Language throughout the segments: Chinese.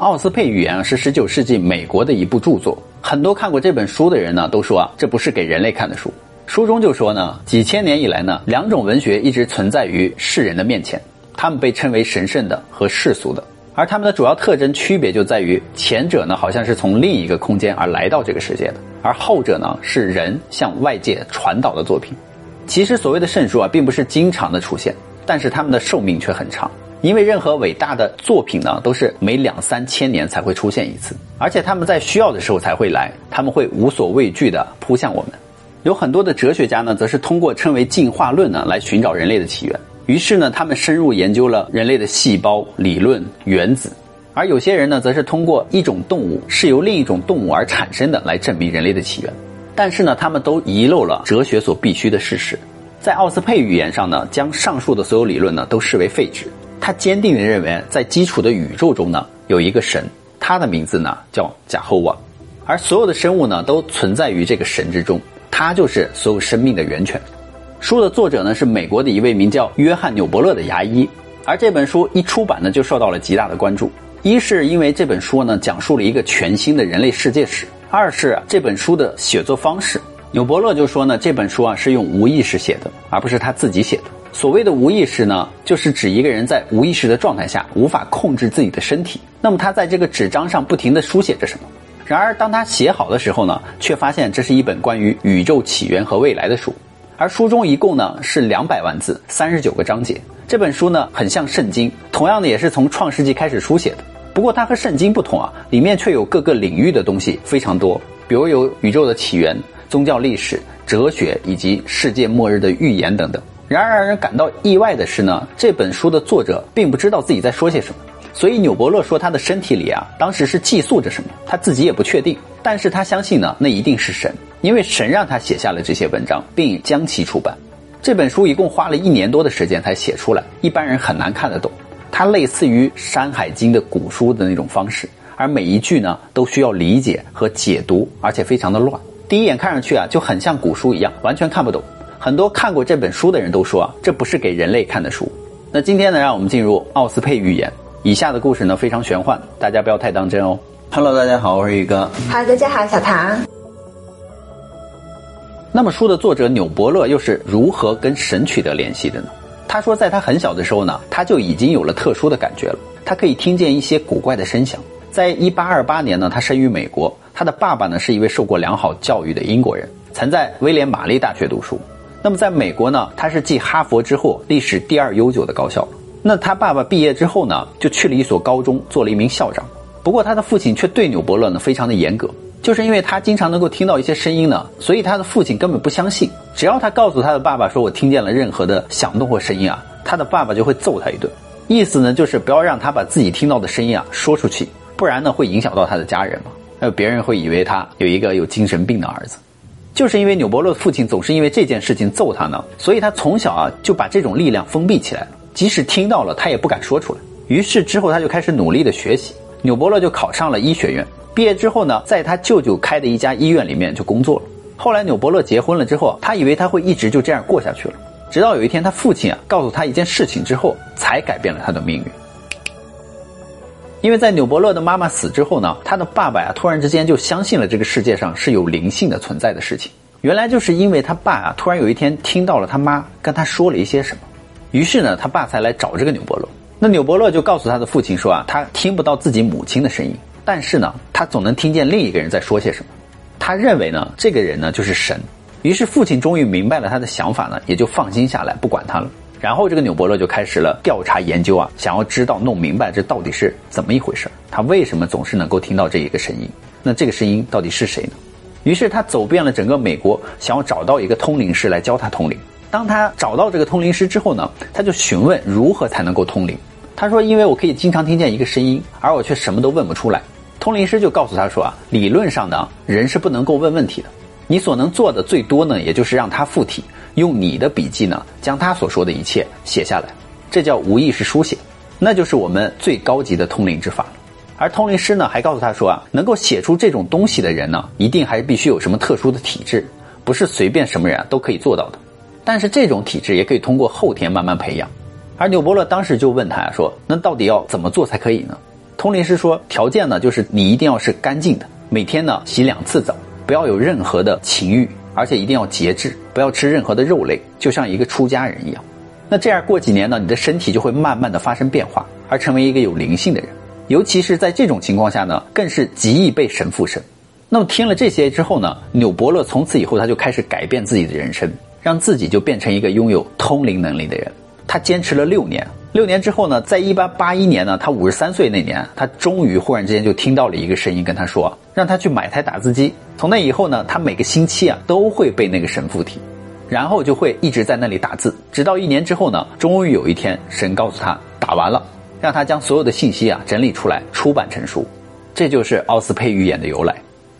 奥斯佩语言是19世纪美国的一部著作，很多看过这本书的人呢都说这不是给人类看的书。书中就说呢，几千年以来呢，两种文学一直存在于世人的面前，它们被称为神圣的和世俗的，而它们的主要特征区别就在于，前者呢好像是从另一个空间而来到这个世界的，而后者呢是人向外界传导的作品。其实所谓的圣书并不是经常的出现，但是它们的寿命却很长。因为任何伟大的作品呢，都是每2-3千年才会出现一次，而且他们在需要的时候才会来，他们会无所畏惧地扑向我们。有很多的哲学家呢，则是通过称为进化论呢来寻找人类的起源。于是呢，他们深入研究了人类的细胞、理论、原子。而有些人呢，则是通过一种动物是由另一种动物而产生的来证明人类的起源。但是呢，他们都遗漏了哲学所必须的事实。在奥斯佩语言上呢，将上述的所有理论呢都视为废纸。他坚定地认为，在基础的宇宙中呢，有一个神，他的名字呢叫贾侯瓦，而所有的生物呢都存在于这个神之中，他就是所有生命的源泉。书的作者呢是美国的一位名叫约翰纽伯勒的牙医，而这本书一出版呢就受到了极大的关注。一是因为这本书呢讲述了一个全新的人类世界史，二是这本书的写作方式。纽伯勒就说呢，这本书是用无意识写的，而不是他自己写的。所谓的无意识呢，就是指一个人在无意识的状态下无法控制自己的身体，那么他在这个纸张上不停地书写着什么。然而当他写好的时候呢，却发现这是一本关于宇宙起源和未来的书。而书中一共呢是200万字，39个章节。这本书呢很像圣经，同样的也是从创世纪开始书写的。不过它和圣经不同里面却有各个领域的东西非常多，比如有宇宙的起源、宗教历史、哲学以及世界末日的预言等等。然而让人感到意外的是呢，这本书的作者并不知道自己在说些什么，所以纽伯勒说他的身体里当时是寄宿着什么，他自己也不确定，但是他相信呢，那一定是神，因为神让他写下了这些文章，并将其出版。这本书一共花了1年多的时间才写出来，一般人很难看得懂。它类似于《山海经》的古书的那种方式，而每一句呢都需要理解和解读，而且非常的乱。第一眼看上去就很像古书一样，完全看不懂。很多看过这本书的人都说这不是给人类看的书。那今天呢，让我们进入奥斯佩寓言。以下的故事呢非常玄幻，大家不要太当真哦。Hello， 大家好，我是宇哥。 Hello， 大家好，小唐。 那么书的作者纽伯勒又是如何跟神取得联系的呢？他说在他很小的时候呢，他就已经有了特殊的感觉了，他可以听见一些古怪的声响。在1828年呢，他生于美国，他的爸爸呢是一位受过良好教育的英国人，曾在威廉玛丽大学读书。那么在美国呢，他是继哈佛之后历史第2悠久的高校。那他爸爸毕业之后呢，就去了一所高中做了一名校长。不过他的父亲却对纽伯勒呢非常的严格，就是因为他经常能够听到一些声音呢，所以他的父亲根本不相信。只要他告诉他的爸爸说我听见了任何的响动或声音他的爸爸就会揍他一顿。意思呢就是不要让他把自己听到的声音说出去，不然呢会影响到他的家人嘛，还有别人会以为他有一个有精神病的儿子。就是因为纽伯勒的父亲总是因为这件事情揍他呢，所以他从小就把这种力量封闭起来了，即使听到了他也不敢说出来。于是之后他就开始努力的学习，纽伯勒就考上了医学院。毕业之后呢，在他舅舅开的一家医院里面就工作了。后来纽伯勒结婚了之后，他以为他会一直就这样过下去了，直到有一天他父亲告诉他一件事情之后，才改变了他的命运。因为在纽伯勒的妈妈死之后呢，他的爸爸突然之间就相信了这个世界上是有灵性的存在的事情。原来就是因为他爸突然有一天听到了他妈跟他说了一些什么，于是呢他爸才来找这个纽伯勒。那纽伯勒就告诉他的父亲说他听不到自己母亲的声音，但是呢他总能听见另一个人在说些什么。他认为呢这个人呢就是神。于是父亲终于明白了他的想法呢，也就放心下来不管他了。然后这个纽伯勒就开始了调查研究想要知道弄明白这到底是怎么一回事，他为什么总是能够听到这一个声音，那这个声音到底是谁呢？于是他走遍了整个美国，想要找到一个通灵师来教他通灵。当他找到这个通灵师之后呢，他就询问如何才能够通灵。他说因为我可以经常听见一个声音，而我却什么都问不出来。通灵师就告诉他说理论上呢人是不能够问问题的，你所能做的最多呢也就是让他附体，用你的笔记呢将他所说的一切写下来，这叫无意识书写，那就是我们最高级的通灵之法了。而通灵师呢还告诉他说能够写出这种东西的人呢，一定还是必须有什么特殊的体质，不是随便什么人都可以做到的。但是这种体质也可以通过后天慢慢培养。而纽伯勒当时就问他说那到底要怎么做才可以呢？ 通灵师说，条件呢就是你一定要是干净的，每天呢洗2次澡，不要有任何的情欲，而且一定要节制，不要吃任何的肉类，就像一个出家人一样。那这样过几年呢，你的身体就会慢慢的发生变化，而成为一个有灵性的人。尤其是在这种情况下呢，更是极易被神附身。那么听了这些之后呢，纽伯勒从此以后他就开始改变自己的人生，让自己就变成一个拥有通灵能力的人。他坚持了6年，6年之后呢，在1881年呢，他53岁那年，他终于忽然之间就听到了一个声音跟他说，让他去买台打字机。从那以后呢，他每个星期都会被那个神附体，然后就会一直在那里打字，直到1年之后呢，终于有一天神告诉他打完了，让他将所有的信息整理出来出版成书。这就是奥斯佩预言的由来。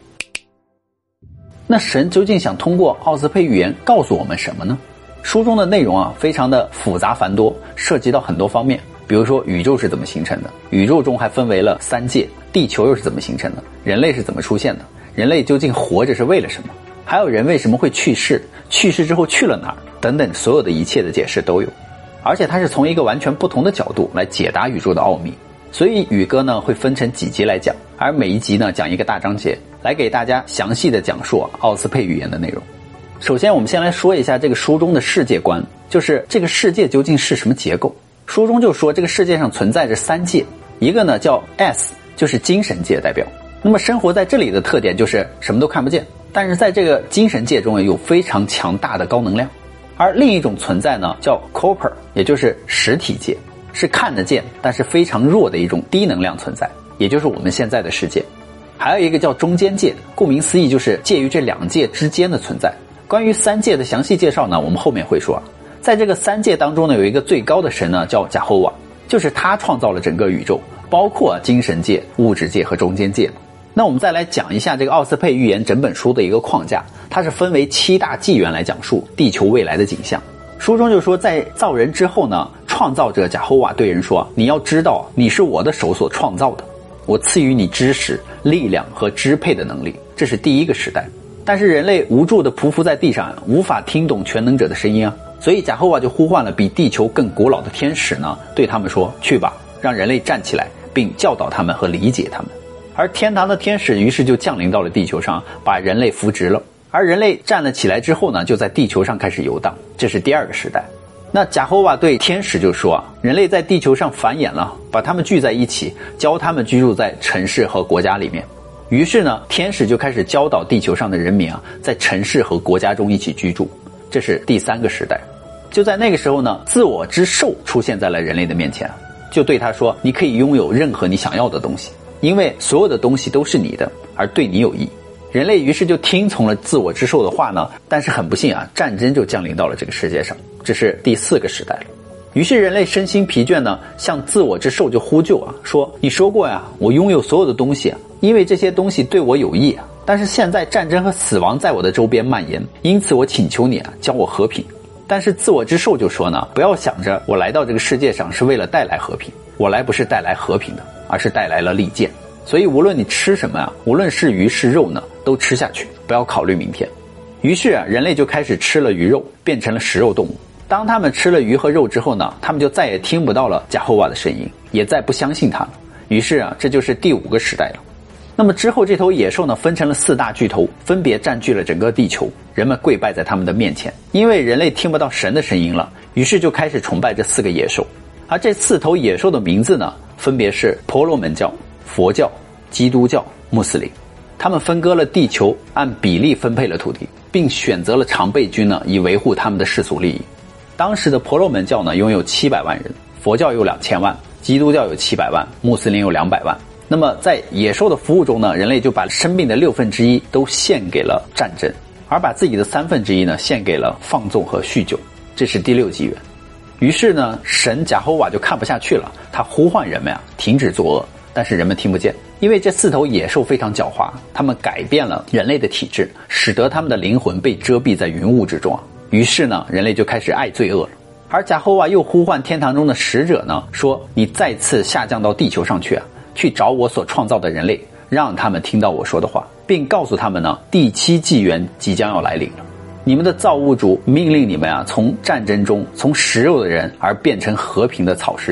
那神究竟想通过奥斯佩预言告诉我们什么呢？书中的内容非常的复杂繁多，涉及到很多方面。比如说宇宙是怎么形成的，宇宙中还分为了3界，地球又是怎么形成的，人类是怎么出现的，人类究竟活着是为了什么，还有人为什么会去世，去世之后去了哪儿，等等，所有的一切的解释都有。而且它是从一个完全不同的角度来解答宇宙的奥秘。所以宇哥呢会分成几集来讲，而每一集呢讲一个大章节，来给大家详细的讲述奥斯佩预言的内容。首先我们先来说一下这个书中的世界观，就是这个世界究竟是什么结构。书中就说这个世界上存在着3界，一个呢叫 S， 就是精神界代表。那么生活在这里的特点就是什么都看不见，但是在这个精神界中有非常强大的高能量。而另一种存在呢叫 Corpor， 也就是实体界，是看得见但是非常弱的一种低能量存在，也就是我们现在的世界。还有一个叫中间界，顾名思义就是介于这2界之间的存在。关于3界的详细介绍呢，我们后面会说。在这个3界当中呢，有一个最高的神呢叫贾侯瓦，就是他创造了整个宇宙，包括精神界、物质界和中间界。那我们再来讲一下这个奥斯佩预言整本书的一个框架，它是分为7大纪元来讲述地球未来的景象。书中就说，在造人之后呢，创造者贾侯瓦对人说，你要知道你是我的手所创造的，我赐予你知识、力量和支配的能力，这是第一个时代。但是人类无助地匍匐在地上，无法听懂全能者的声音所以贾侯瓦就呼唤了比地球更古老的天使呢，对他们说，去吧，让人类站起来，并教导他们和理解他们。而天堂的天使于是就降临到了地球上，把人类扶植了。而人类站了起来之后呢，就在地球上开始游荡，这是第2个时代。那贾侯瓦对天使就说，人类在地球上繁衍了，把他们聚在一起，教他们居住在城市和国家里面。于是呢，天使就开始教导地球上的人民在城市和国家中一起居住，这是第3个时代。就在那个时候呢，自我之兽出现在了人类的面前，就对他说，你可以拥有任何你想要的东西，因为所有的东西都是你的，而对你有益。人类于是就听从了自我之兽的话呢，但是很不幸战争就降临到了这个世界上，这是第4个时代了。于是人类身心疲倦呢，向自我之兽就呼救说，你说过我拥有所有的东西因为这些东西对我有益但是现在战争和死亡在我的周边蔓延，因此我请求你教我和平。但是自我之兽就说呢，不要想着我来到这个世界上是为了带来和平，我来不是带来和平的，而是带来了利剑。所以无论你吃什么无论是鱼是肉呢，都吃下去，不要考虑明天。于是人类就开始吃了鱼肉，变成了食肉动物。当他们吃了鱼和肉之后呢，他们就再也听不到了贾侯瓦的声音，也再不相信他了。于是这就是第5个时代了。那么之后这头野兽呢，分成了4大巨头，分别占据了整个地球，人们跪拜在他们的面前。因为人类听不到神的声音了，于是就开始崇拜这4个野兽。而这4头野兽的名字呢，分别是婆罗门教、佛教、基督教、穆斯林。他们分割了地球，按比例分配了土地，并选择了常备军呢，以维护他们的世俗利益。当时的婆罗门教呢，拥有700万人，佛教有2000万，基督教有700万，穆斯林有200万。那么在野兽的服务中呢，人类就把生命的1/6都献给了战争，而把自己的1/3呢献给了放纵和酗酒，这是第6纪元。于是呢，神贾侯瓦就看不下去了，他呼唤人们停止作恶，但是人们听不见，因为这4头野兽非常狡猾，他们改变了人类的体质，使得他们的灵魂被遮蔽在云雾之中于是呢，人类就开始爱罪恶了。而贾侯瓦又呼唤天堂中的使者呢，说你再次下降到地球上去去找我所创造的人类，让他们听到我说的话，并告诉他们呢，第7纪元即将要来临了。你们的造物主命令你们从战争中，从食肉的人而变成和平的草食人。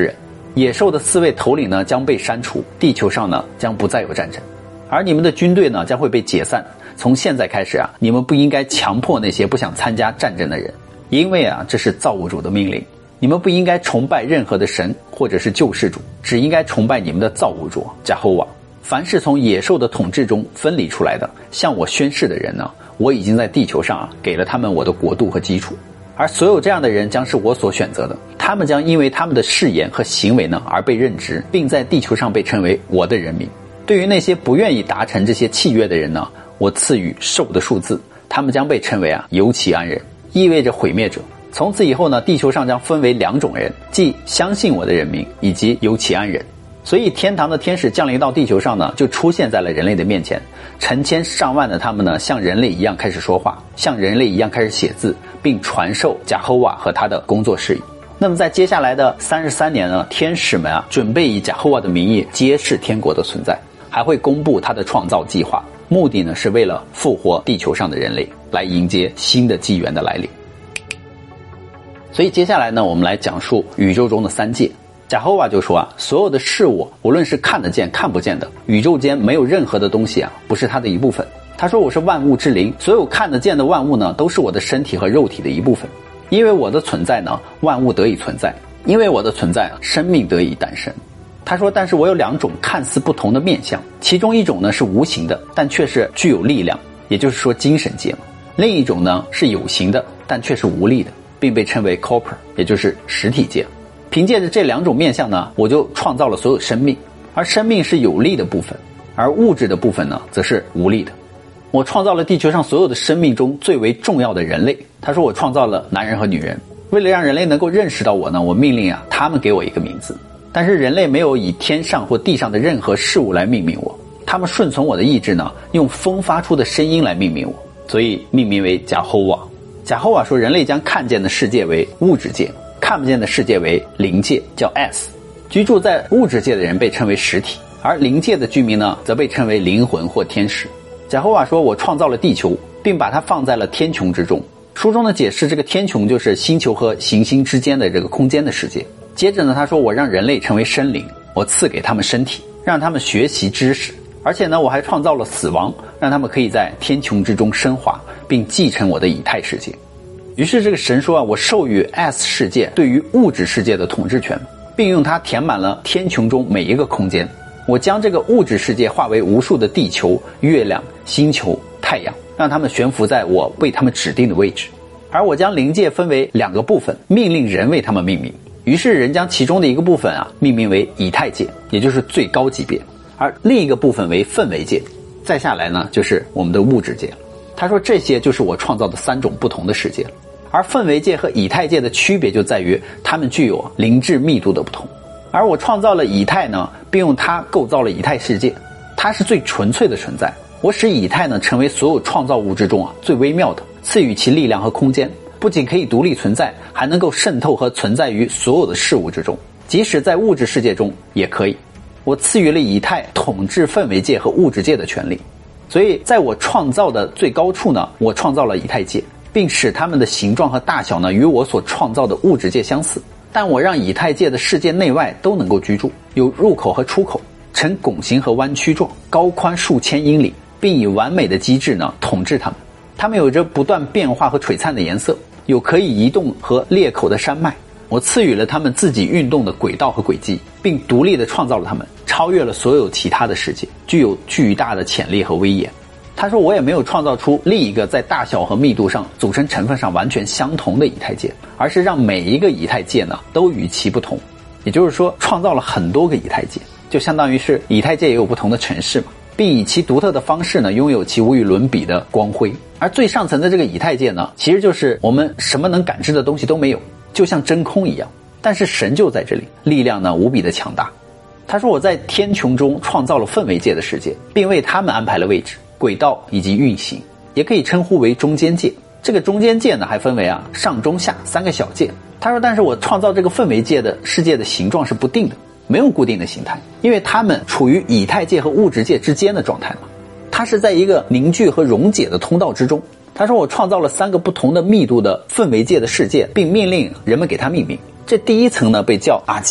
野兽的4位头领呢将被删除，地球上呢将不再有战争，而你们的军队呢将会被解散。从现在开始啊，你们不应该强迫那些不想参加战争的人，因为啊这是造物主的命令。你们不应该崇拜任何的神或者是救世主，只应该崇拜你们的造物主加侯瓦。凡是从野兽的统治中分离出来的，向我宣誓的人呢，我已经在地球上给了他们我的国度和基础。而所有这样的人将是我所选择的，他们将因为他们的誓言和行为呢而被任职，并在地球上被称为我的人民。对于那些不愿意达成这些契约的人呢，我赐予兽的数字，他们将被称为尤其安人，意味着毁灭者。从此以后呢，地球上将分为2种人，即相信我的人民以及尤其安人。所以天堂的天使降临到地球上呢，就出现在了人类的面前，成千上万的他们呢，像人类一样开始说话，像人类一样开始写字，并传授加侯瓦和他的工作事宜。那么在接下来的33年呢，天使们准备以加侯瓦的名义揭示天国的存在，还会公布他的创造计划，目的呢是为了复活地球上的人类，来迎接新的纪元的来临。所以接下来呢，我们来讲述宇宙中的3界。加侯瓦就说所有的事物，无论是看得见看不见的，宇宙间没有任何的东西不是它的一部分。他说我是万物之灵，所有看得见的万物呢，都是我的身体和肉体的一部分。因为我的存在呢，万物得以存在；因为我的存在，生命得以诞生。他说但是我有2种看似不同的面相，其中一种呢是无形的，但却是具有力量，也就是说精神界嘛。另一种呢是有形的，但却是无力的，并被称为 corpor， 也就是实体界。凭借着这2种面相呢，我就创造了所有生命，而生命是有力的部分，而物质的部分呢则是无力的。我创造了地球上所有的生命中最为重要的人类。他说我创造了男人和女人，为了让人类能够认识到我呢，我命令他们给我一个名字。但是人类没有以天上或地上的任何事物来命名我，他们顺从我的意志呢，用风发出的声音来命名我，所以命名为加侯瓦。加侯瓦说人类将看见的世界为物质界，看不见的世界为灵界，叫 S。 居住在物质界的人被称为实体，而灵界的居民呢，则被称为灵魂或天使。加侯瓦说我创造了地球，并把它放在了天穹之中。书中的解释，这个天穹就是星球和行星之间的这个空间的世界。接着呢，他说我让人类成为生灵，我赐给他们身体，让他们学习知识，而且呢，我还创造了死亡，让他们可以在天穹之中升华，并继承我的以太世界。于是这个神说我授予 S 世界对于物质世界的统治权，并用它填满了天穹中每一个空间。我将这个物质世界化为无数的地球、月亮、星球、太阳，让他们悬浮在我为他们指定的位置。而我将灵界分为2个部分，命令人为他们命名。于是人将其中的一个部分命名为以太界，也就是最高级别，而另一个部分为氛围界，再下来呢就是我们的物质界。他说这些就是我创造的3种不同的世界了。而氛围界和以太界的区别就在于它们具有灵质密度的不同。而我创造了以太呢，并用它构造了以太世界，它是最纯粹的存在。我使以太呢成为所有创造物之中最微妙的，赐予其力量和空间，不仅可以独立存在，还能够渗透和存在于所有的事物之中，即使在物质世界中也可以。我赐予了以太统治氛围界和物质界的权利。所以在我创造的最高处呢，我创造了以太界，并使它们的形状和大小呢与我所创造的物质界相似。但我让以太界的世界内外都能够居住，有入口和出口，呈拱形和弯曲状，高宽数千英里，并以完美的机制呢统治它们。它们有着不断变化和璀璨的颜色，有可以移动和裂口的山脉。我赐予了它们自己运动的轨道和轨迹，并独立地创造了它们，超越了所有其他的世界，具有巨大的潜力和威严。他说我也没有创造出另一个在大小和密度上、组成成分上完全相同的以太界，而是让每一个以太界呢都与其不同。也就是说创造了很多个以太界，就相当于是以太界也有不同的城市嘛，并以其独特的方式呢拥有其无与伦比的光辉。而最上层的这个以太界呢，其实就是我们什么能感知的东西都没有，就像真空一样，但是神就在这里，力量呢无比的强大。他说我在天穹中创造了氛围界的世界，并为他们安排了位置、轨道以及运行，也可以称呼为中间界。这个中间界呢还分为上中下3个小界。他说但是我创造这个氛围界的世界的形状是不定的，没有固定的形态，因为它们处于以太界和物质界之间的状态嘛，它是在一个凝聚和溶解的通道之中。他说我创造了3个不同的密度的氛围界的世界，并命令人们给它命名。这第一层呢被叫阿基，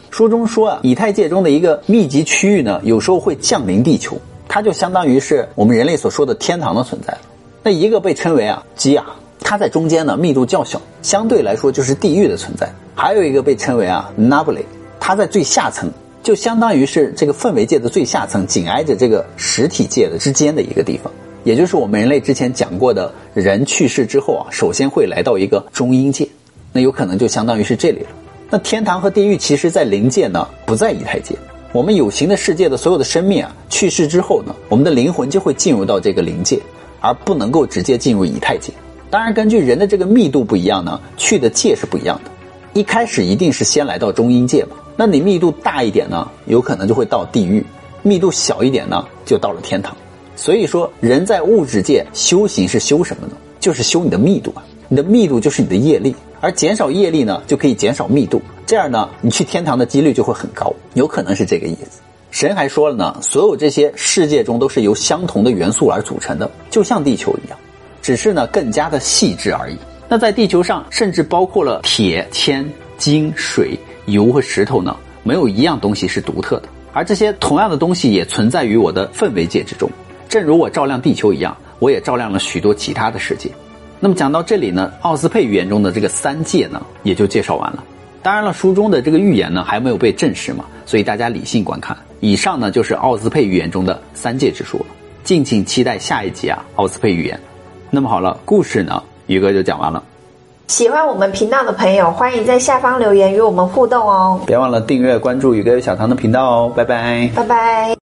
书中说啊，以太界中的一个密集区域呢，有时候会降临地球，它就相当于是我们人类所说的天堂的存在。那一个被称为基亚，它在中间呢密度较小，相对来说就是地狱的存在。还有一个被称为Nabla，它在最下层，就相当于是这个氛围界的最下层，紧挨着这个实体界的之间的一个地方，也就是我们人类之前讲过的，人去世之后首先会来到一个中阴界，那有可能就相当于是这里了。那天堂和地狱其实在灵界呢，不在以太界。我们有形的世界的所有的生命去世之后呢，我们的灵魂就会进入到这个灵界，而不能够直接进入以太界。当然根据人的这个密度不一样呢，去的界是不一样的。一开始一定是先来到中阴界嘛，那你密度大一点呢，有可能就会到地狱，密度小一点呢，就到了天堂。所以说人在物质界修行是修什么呢？就是修你的密度你的密度就是你的业力，而减少业力呢，就可以减少密度，这样呢，你去天堂的几率就会很高，有可能是这个意思。神还说了呢，所有这些世界中都是由相同的元素而组成的，就像地球一样，只是呢更加的细致而已。那在地球上甚至包括了铁、铅、金、水、油和石头呢，没有一样东西是独特的，而这些同样的东西也存在于我的氛围界之中，正如我照亮地球一样，我也照亮了许多其他的世界。那么讲到这里呢，奥斯佩预言中的这个三界呢，也就介绍完了。当然了，书中的这个预言呢，还没有被证实嘛，所以大家理性观看。以上呢，就是奥斯佩预言中的三界之说了。敬请期待下一集奥斯佩预言。那么好了，故事呢，宇哥就讲完了。 喜欢我们频道的朋友，欢迎在下方留言与我们互动哦。 别忘了订阅关注宇哥有小唐的频道哦，拜拜。 拜拜。